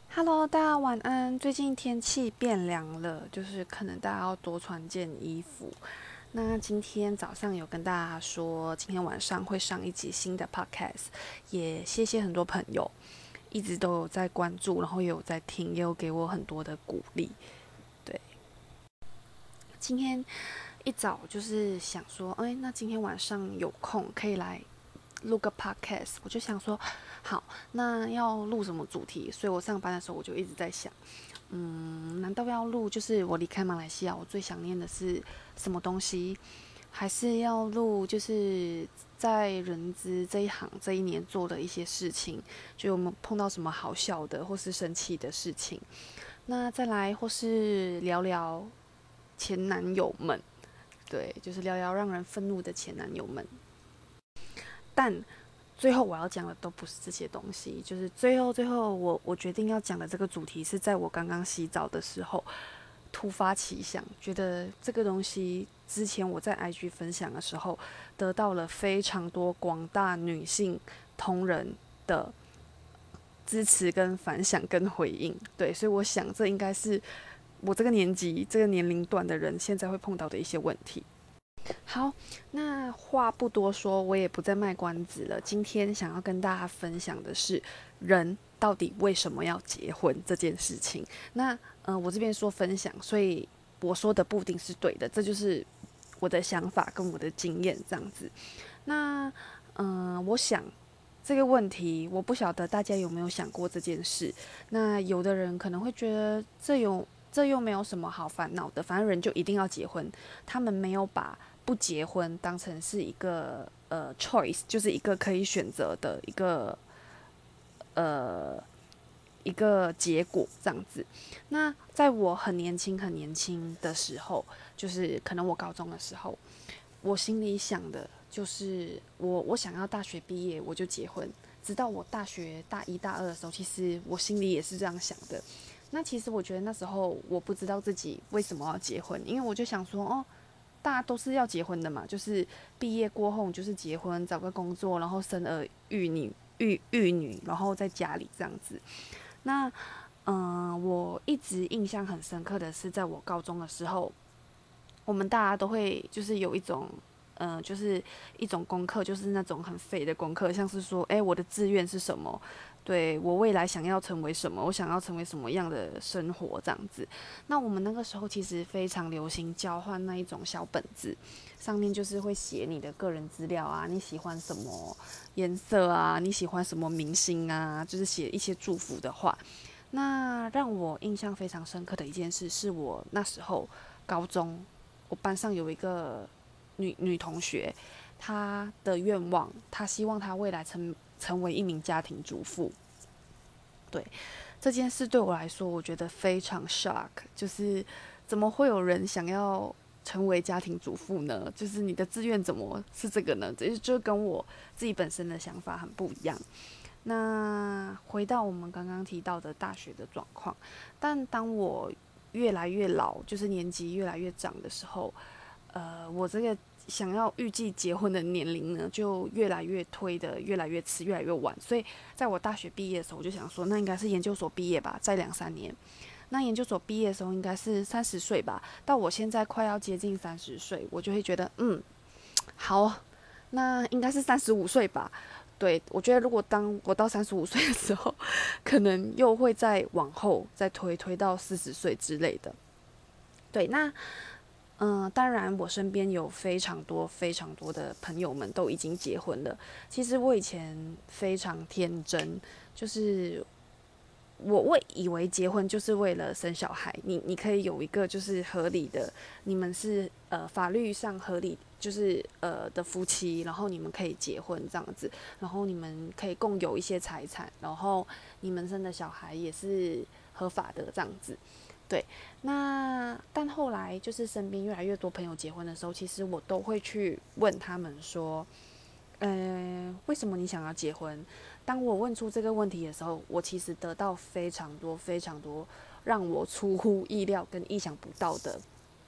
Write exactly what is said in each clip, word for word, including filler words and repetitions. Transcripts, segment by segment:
Hello，大家晚安。最近天气变凉了，就是可能大家要多穿件衣服。那今天早上有跟大家说，今天晚上会上一集新的 podcast，也谢谢很多朋友一直都有在关注，然后也有在听，也有给我很多的鼓励。对，今天一早就是想说，哎，那今天晚上有空可以来录个 podcast，我就想说，好，那要录什么主题？所以我上班的时候我就一直在想。嗯，难道要录就是我离开马来西亚，我最想念的是什么东西？还是要录就是在人资这一行这一年做的一些事情，就我们碰到什么好笑的或是生气的事情？那再来或是聊聊前男友们，对，就是聊聊让人愤怒的前男友们。但最后我要讲的都不是这些东西，就是最后最后我我决定要讲的这个主题是在我刚刚洗澡的时候突发奇想，觉得这个东西之前我在 I G 分享的时候得到了非常多广大女性同仁的支持跟反响跟回应，对，所以我想这应该是我这个年纪这个年龄段的人现在会碰到的一些问题。好，那话不多说，我也不再卖关子了。今天想要跟大家分享的是，人到底为什么要结婚这件事情。那呃，我这边说分享，所以我说的不一定是对的，这就是我的想法跟我的经验这样子。那嗯、呃，我想这个问题，我不晓得大家有没有想过这件事。那有的人可能会觉得这有这又没有什么好烦恼的，反正人就一定要结婚。他们没有把不结婚当成是一个呃 choice，就是一个可以选择的一个呃一个结果这样子。那在我很年轻很年轻的时候，就是可能我高中的时候，我心里想的就是我我想要大学毕业我就结婚。直到我大学大一大二的时候，其实我心里也是这样想的。那其实我觉得那时候我不知道自己为什么要结婚，因为我就想说，哦，大家都是要结婚的嘛，就是毕业过后就是结婚，找个工作，然后生儿育女、育育女，然后在家里这样子。那嗯、呃我一直印象很深刻的是，在我高中的时候，我们大家都会就是有一种。呃，就是一种功课，就是那种很废的功课，像是说，哎，我的志愿是什么？对我未来想要成为什么？我想要成为什么样的生活？这样子。那我们那个时候其实非常流行交换那一种小本子，上面就是会写你的个人资料啊，你喜欢什么颜色啊，你喜欢什么明星啊，就是写一些祝福的话。那让我印象非常深刻的一件事，是我那时候高中，我班上有一个女女同学，她的愿望，她希望她未来成成为一名家庭主妇。对这件事对我来说，我觉得非常 shock，就是怎么会有人想要成为家庭主妇呢？就是你的志愿怎么是这个呢？这就跟我自己本身的想法很不一样。那回到我们刚刚提到的大学的状况，但当我越来越老，就是年纪越来越长的时候，呃，我这个想要预计结婚的年龄呢，就越来越推的越来越迟，越来越晚。所以在我大学毕业的时候，我就想说，那应该是研究所毕业吧，再两三年。那研究所毕业的时候应该是三十岁吧，到我现在快要接近三十岁，我就会觉得，嗯，好，那应该是三十五岁吧。对，我觉得如果当我到三十五岁的时候，可能又会再往后再推推到四十岁之类的。对，那嗯、呃当然我身边有非常多非常多的朋友们都已经结婚了。其实我以前非常天真，就是我我以为结婚就是为了生小孩，你你可以有一个就是合理的，你们是呃法律上合理就是呃的夫妻，然后你们可以结婚这样子，然后你们可以共有一些财产，然后你们生的小孩也是合法的这样子。对，那但后来就是身边越来越多朋友结婚的时候，其实我都会去问他们说，呃，为什么你想要结婚？当我问出这个问题的时候，我其实得到非常多非常多让我出乎意料跟意想不到的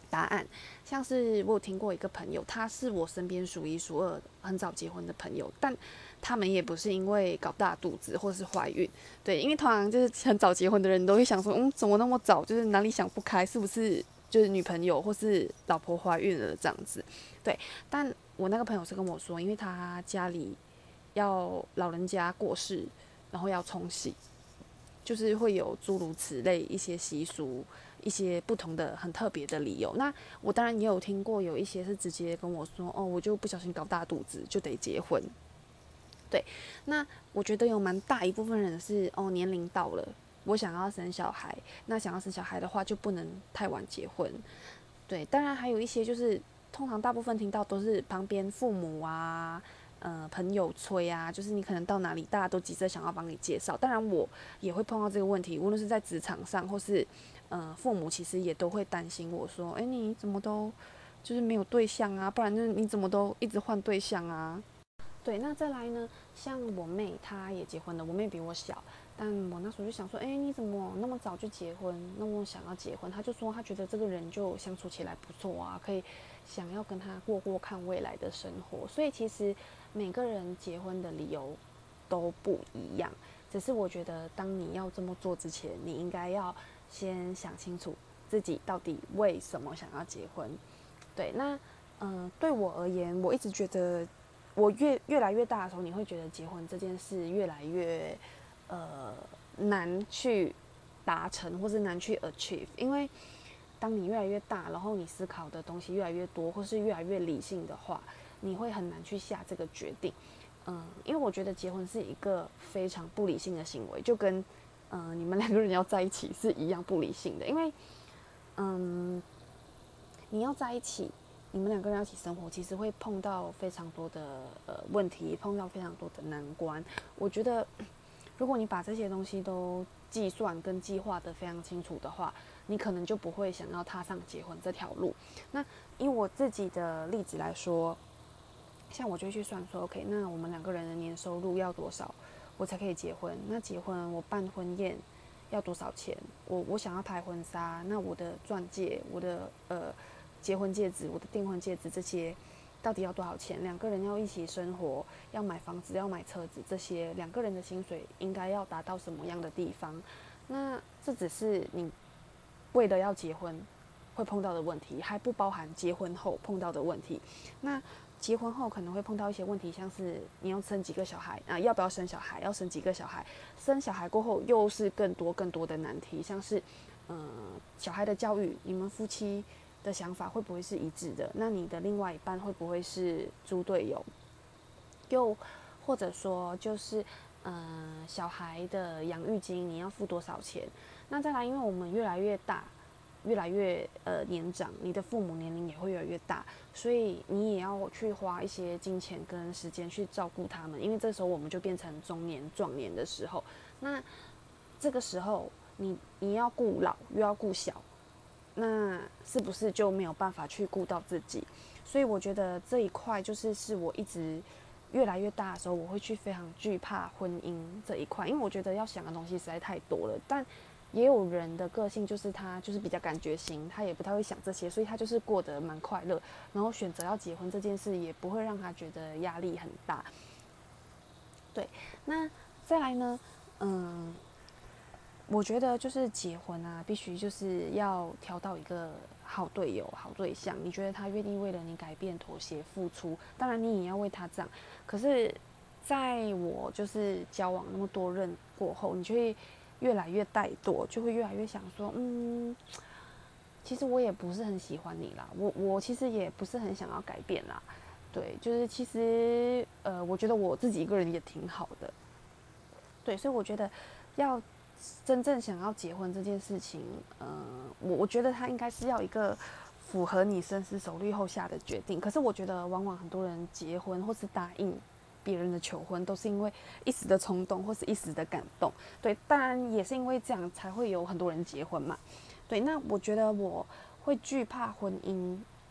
答案。像是我有听过一个朋友，他是我身边数一数二很早结婚的朋友，但他们也不是因为搞大肚子或是怀孕，对，因为通常就是很早结婚的人都会想说，嗯，怎么那么早，就是哪里想不开，是不是就是女朋友或是老婆怀孕了这样子，对。但我那个朋友是跟我说，因为他家里要老人家过世，然后要冲洗，就是会有诸如此类一些习俗，一些不同的很特别的理由。那我当然也有听过，有一些是直接跟我说，哦，我就不小心搞大肚子就得结婚。对，那我觉得有蛮大一部分人是，哦，年龄到了，我想要生小孩，那想要生小孩的话就不能太晚结婚。对，当然还有一些就是，通常大部分听到都是旁边父母啊，呃，朋友催啊，就是你可能到哪里，大家都急着想要帮你介绍。当然，我也会碰到这个问题，无论是在职场上，或是呃，父母其实也都会担心我说，哎，你怎么都就是没有对象啊？不然就是你怎么都一直换对象啊？对，那再来呢？像我妹，她也结婚了。我妹比我小，但我那时候就想说，哎，你怎么那么早就结婚？那么想要结婚？她就说她觉得这个人就相处起来不错啊，可以想要跟他过过看未来的生活。所以其实每个人结婚的理由都不一样，只是我觉得当你要这么做之前，你应该要先想清楚自己到底为什么想要结婚。对，那嗯、呃对我而言，我一直觉得，我越越来越大的时候，你会觉得结婚这件事越来越呃难去达成，或是难去 achieve，因为当你越来越大，然后你思考的东西越来越多，或是越来越理性的话，你会很难去下这个决定。嗯，因为我觉得结婚是一个非常不理性的行为，就跟嗯、呃你们两个人要在一起是一样不理性的，因为嗯你要在一起，你们两个人要一起生活，其实会碰到非常多的呃问题，碰到非常多的难关。我觉得，如果你把这些东西都计算跟计划得非常清楚的话，你可能就不会想要踏上结婚这条路。那以我自己的例子来说，像我就会去算说，OK，那我们两个人的年收入要多少，我才可以结婚？那结婚我办婚宴要多少钱？我我想要拍婚纱，那我的钻戒、我的呃结婚戒指、我的订婚戒指这些到底要多少钱？两个人要一起生活，要买房子、要买车子，这些两个人的薪水应该要达到什么样的地方？那这只是你为了要结婚会碰到的问题，还不包含结婚后碰到的问题。那结婚后可能会碰到一些问题，像是你要生几个小孩啊，要不要生小孩，要生几个小孩，生小孩过后又是更多更多的难题，像是嗯、呃、小孩的教育，你们夫妻的想法会不会是一致的？那你的另外一半会不会是猪队友？又或者说就是嗯、呃小孩的养育金你要付多少钱？那再来，因为我们越来越大，越来越呃年长，你的父母年龄也会越来越大，所以你也要去花一些金钱跟时间去照顾他们，因为这时候我们就变成中年壮年的时候，那这个时候你你要顾老又要顾小，那是不是就没有办法去顾到自己？所以我觉得这一块就是是我一直越来越大的时候，我会去非常惧怕婚姻这一块，因为我觉得要想的东西实在太多了。但也有人的个性就是他就是比较感觉型，他也不太会想这些，所以他就是过得蛮快乐，然后选择要结婚这件事也不会让他觉得压力很大。对，那再来呢，嗯，我觉得就是结婚啊，必须就是要挑到一个好队友、好对象。你觉得他愿意为了你改变、妥协、付出，当然你也要为他这样。可是，在我就是交往那么多任过后，你就会越来越怠惰，就会越来越想说，嗯，其实我也不是很喜欢你啦，我我其实也不是很想要改变啦。对，就是其实呃，我觉得我自己一个人也挺好的。对，所以我觉得要真正想要结婚这件事情，呃，我我觉得他应该是要一个符合你深思熟虑后下的决定。可是我觉得，往往很多人结婚或是答应别人的求婚，都是因为一时的冲动或是一时的感动。对，当然也是因为这样才会有很多人结婚嘛。对，那我觉得我会惧怕婚姻，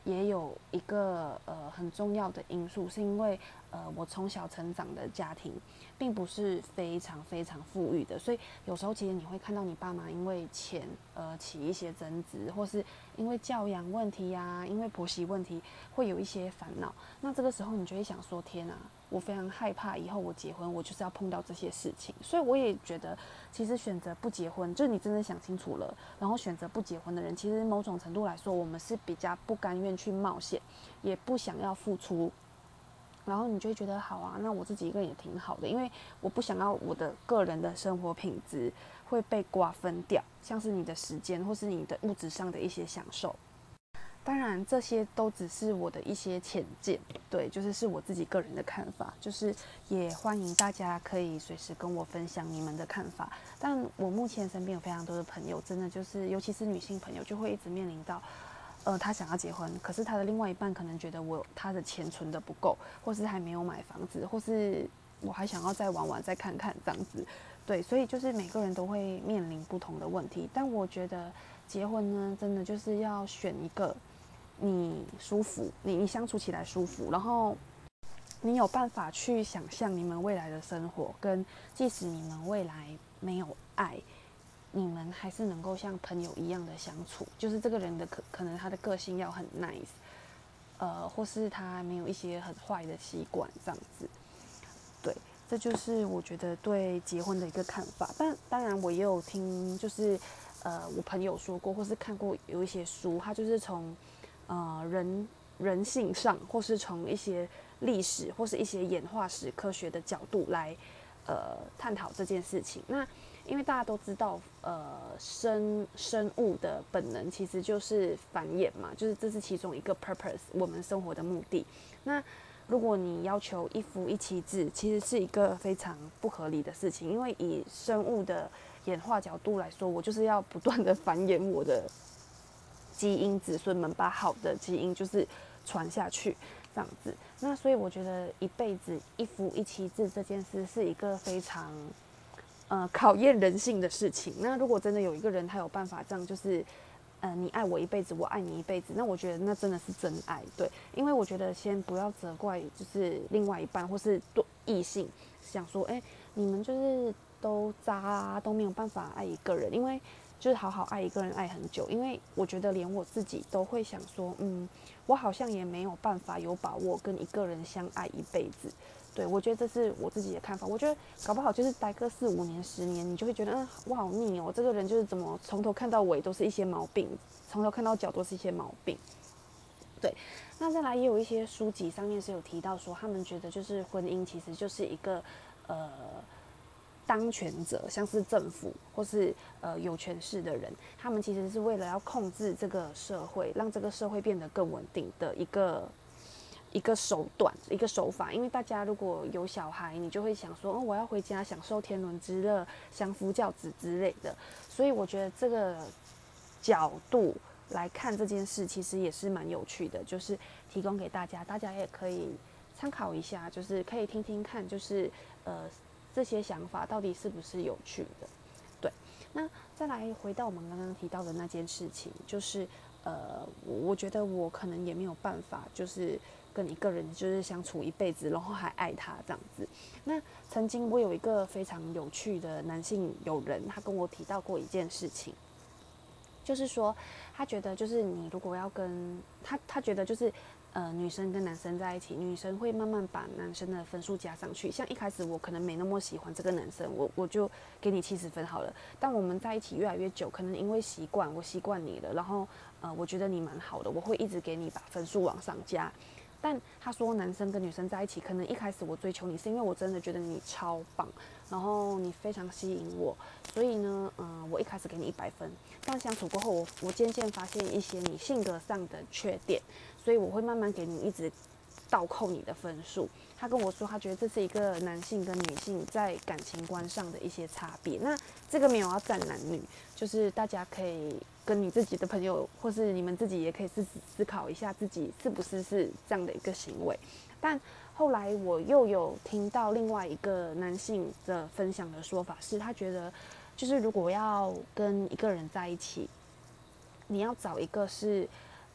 也有一个呃很重要的因素，是因为呃我从小成长的家庭并不是非常非常富裕的，所以有时候其实你会看到你爸妈因为钱呃起一些争执，或是因为教养问题呀、啊，因为婆媳问题会有一些烦恼。那这个时候你就会想说，天啊，我非常害怕以后我结婚，我就是要碰到这些事情。所以我也觉得，其实选择不结婚，就是你真的想清楚了，然后选择不结婚的人，其实某种程度来说，我们是比较不甘愿去冒险，也不想要付出。然后你就会觉得好啊，那我自己一个人也挺好的，因为我不想要我的个人的生活品质会被瓜分掉，像是你的时间或是你的物质上的一些享受。当然，这些都只是我的一些浅见，对，就是是我自己个人的看法，就是也欢迎大家可以随时跟我分享你们的看法。但我目前身边有非常多的朋友，真的就是，尤其是女性朋友，就会一直面临到，呃，她想要结婚，可是她的另外一半可能觉得我她的钱存的不够，或是还没有买房子，或是我还想要再玩玩、再看看这样子。对，所以就是每个人都会面临不同的问题，但我觉得结婚呢，真的就是要选一个你舒服，你你相处起来舒服，然后你有办法去想象你们未来的生活，跟即使你们未来没有爱，你们还是能够像朋友一样的相处。就是这个人的可可能他的个性要很 nice，呃，或是他没有一些很坏的习惯这样子。对，这就是我觉得对结婚的一个看法。但当然，我也有听，就是呃，我朋友说过，或是看过有一些书，他就是从呃人人性上，或是从一些历史或是一些演化史科学的角度来呃探讨这件事情。那因为大家都知道，呃，生生物的本能其实就是繁衍嘛，就是这是其中一个 purpose，我们生活的目的。那如果你要求一夫一妻制，其实是一个非常不合理的事情，因为以生物的演化角度来说，我就是要不断的繁衍我的基因子孙们，把好的基因就是传下去，这样子。那所以我觉得一辈子一夫一妻制这件事是一个非常呃考验人性的事情。那如果真的有一个人他有办法这样，就是呃你爱我一辈子，我爱你一辈子，那我觉得那真的是真爱。对，因为我觉得先不要责怪就是另外一半或是对异性，想说哎、欸、你们就是都渣啊，都没有办法爱一个人，因为就是好好爱一个人爱很久。因为我觉得连我自己都会想说，嗯，我好像也没有办法有把握跟一个人相爱一辈子。对，我觉得这是我自己的看法。我觉得搞不好就是待个四五年、十年，你就会觉得，嗯，我好腻哦，这个人就是怎么从头看到尾都是一些毛病，从头看到脚都是一些毛病。对，那再来也有一些书籍上面是有提到说，他们觉得就是婚姻其实就是一个呃当权者，像是政府或是呃有权势的人，他们其实是为了要控制这个社会，让这个社会变得更稳定的一个一个手段，一个手法。因为大家如果有小孩，你就会想说，哦，我要回家享受天伦之乐，相夫教子之类的。所以我觉得这个角度来看这件事，其实也是蛮有趣的，就是提供给大家，大家也可以参考一下，就是可以听听看，就是呃这些想法到底是不是有趣的。对，那再来回到我们刚刚提到的那件事情，就是呃，我觉得我可能也没有办法，就是跟一个人就是相处一辈子，然后还爱他这样子。那曾经我有一个非常有趣的男性友人，他跟我提到过一件事情，就是说他觉得就是你如果要跟他，他觉得就是呃女生跟男生在一起，女生会慢慢把男生的分数加上去。像一开始我可能没那么喜欢这个男生，我我就给你七十分好了。但我们在一起越来越久，可能因为习惯，我习惯你了，然后呃我觉得你蛮好的，我会一直给你把分数往上加。但他说男生跟女生在一起，可能一开始我追求你是因为我真的觉得你超棒，然后你非常吸引我，所以呢，嗯、呃，我一开始给你一百分。但相处过后，我我渐渐发现一些你性格上的缺点，所以我会慢慢给你一直倒扣你的分数。他跟我说，他觉得这是一个男性跟女性在感情观上的一些差别。那这个没有要站男女，就是大家可以跟你自己的朋友，或是你们自己也可以思思考一下，自己是不是是这样的一个行为。但后来我又有听到另外一个男性的分享的说法是，他觉得就是如果要跟一个人在一起，你要找一个是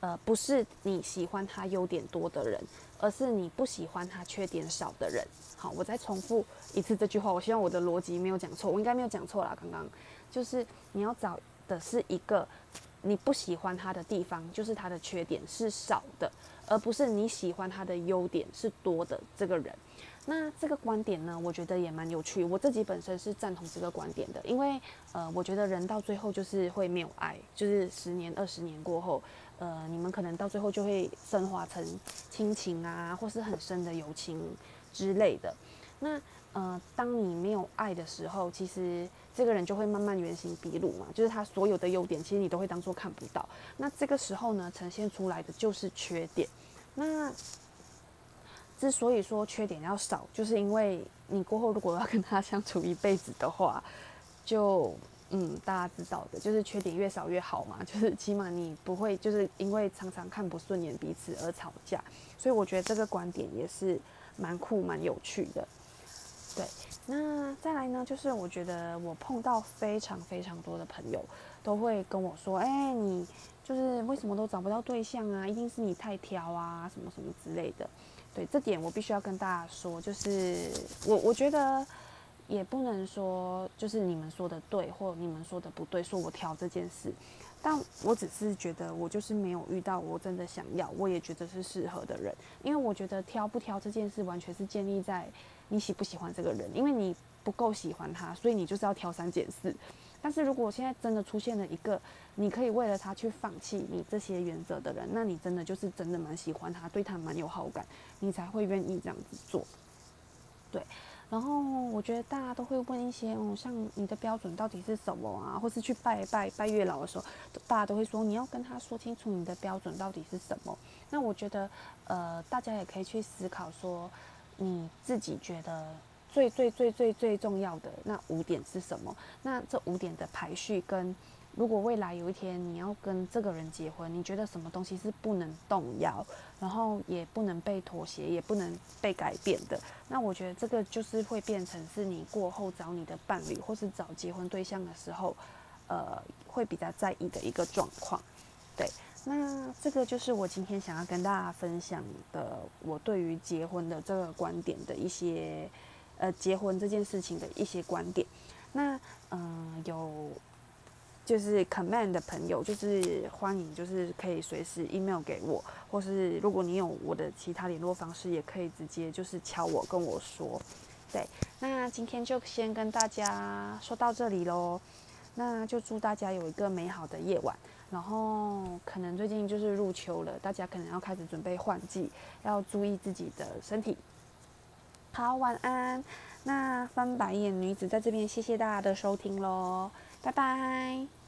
呃，不是你喜欢他优点多的人，而是你不喜欢他缺点少的人。好，我再重复一次这句话，我希望我的逻辑没有讲错，我应该没有讲错啦。刚刚就是你要找的是一个你不喜欢他的地方，就是他的缺点是少的，而不是你喜欢他的优点是多的这个人。那这个观点呢，我觉得也蛮有趣。我自己本身是赞同这个观点的，因为呃，我觉得人到最后就是会没有爱，就是十年、二十年过后，呃，你们可能到最后就会升华成亲情啊，或是很深的友情之类的。那呃，当你没有爱的时候，其实这个人就会慢慢原形毕露嘛，就是他所有的优点，其实你都会当作看不到。那这个时候呢，呈现出来的就是缺点。那之所以说缺点要少，就是因为你过后如果要跟他相处一辈子的话，就嗯，大家知道的，就是缺点越少越好嘛，就是起码你不会就是因为常常看不顺眼彼此而吵架。所以我觉得这个观点也是蛮酷蛮有趣的。对，那再来呢，就是我觉得我碰到非常非常多的朋友都会跟我说，哎、欸，你就是为什么都找不到对象啊？一定是你太挑啊，什么什么之类的。对，这点我必须要跟大家说，就是我我觉得也不能说就是你们说的对或你们说的不对，说我挑这件事，但我只是觉得我就是没有遇到我真的想要，我也觉得是适合的人。因为我觉得挑不挑这件事完全是建立在你喜不喜欢这个人，因为你不够喜欢他，所以你就是要挑三拣四。但是如果现在真的出现了一个你可以为了他去放弃你这些原则的人，那你真的就是真的蛮喜欢他，对他蛮有好感，你才会愿意这样子做。对，然后我觉得大家都会问一些，哦，像你的标准到底是什么啊？或是去拜拜拜月老的时候，大家都会说你要跟他说清楚你的标准到底是什么。那我觉得，呃，大家也可以去思考说，你自己觉得最最最最最重要的那五点是什么？那这五点的排序跟如果未来有一天你要跟这个人结婚，你觉得什么东西是不能动摇，然后也不能被妥协，也不能被改变的？那我觉得这个就是会变成是你过后找你的伴侣或是找结婚对象的时候，呃，会比较在意的一个状况。对，那这个就是我今天想要跟大家分享的，我对于结婚的这个观点的一些，呃，结婚这件事情的一些观点。那嗯、呃，有就是 command 的朋友，就是欢迎，就是可以随时 email 给我，或是如果你有我的其他联络方式，也可以直接就是敲我跟我说。对，那今天就先跟大家说到这里咯，那就祝大家有一个美好的夜晚。然后可能最近就是入秋了，大家可能要开始准备换季，要注意自己的身体。好，晚安。那翻白眼女子在这边谢谢大家的收听咯，拜拜。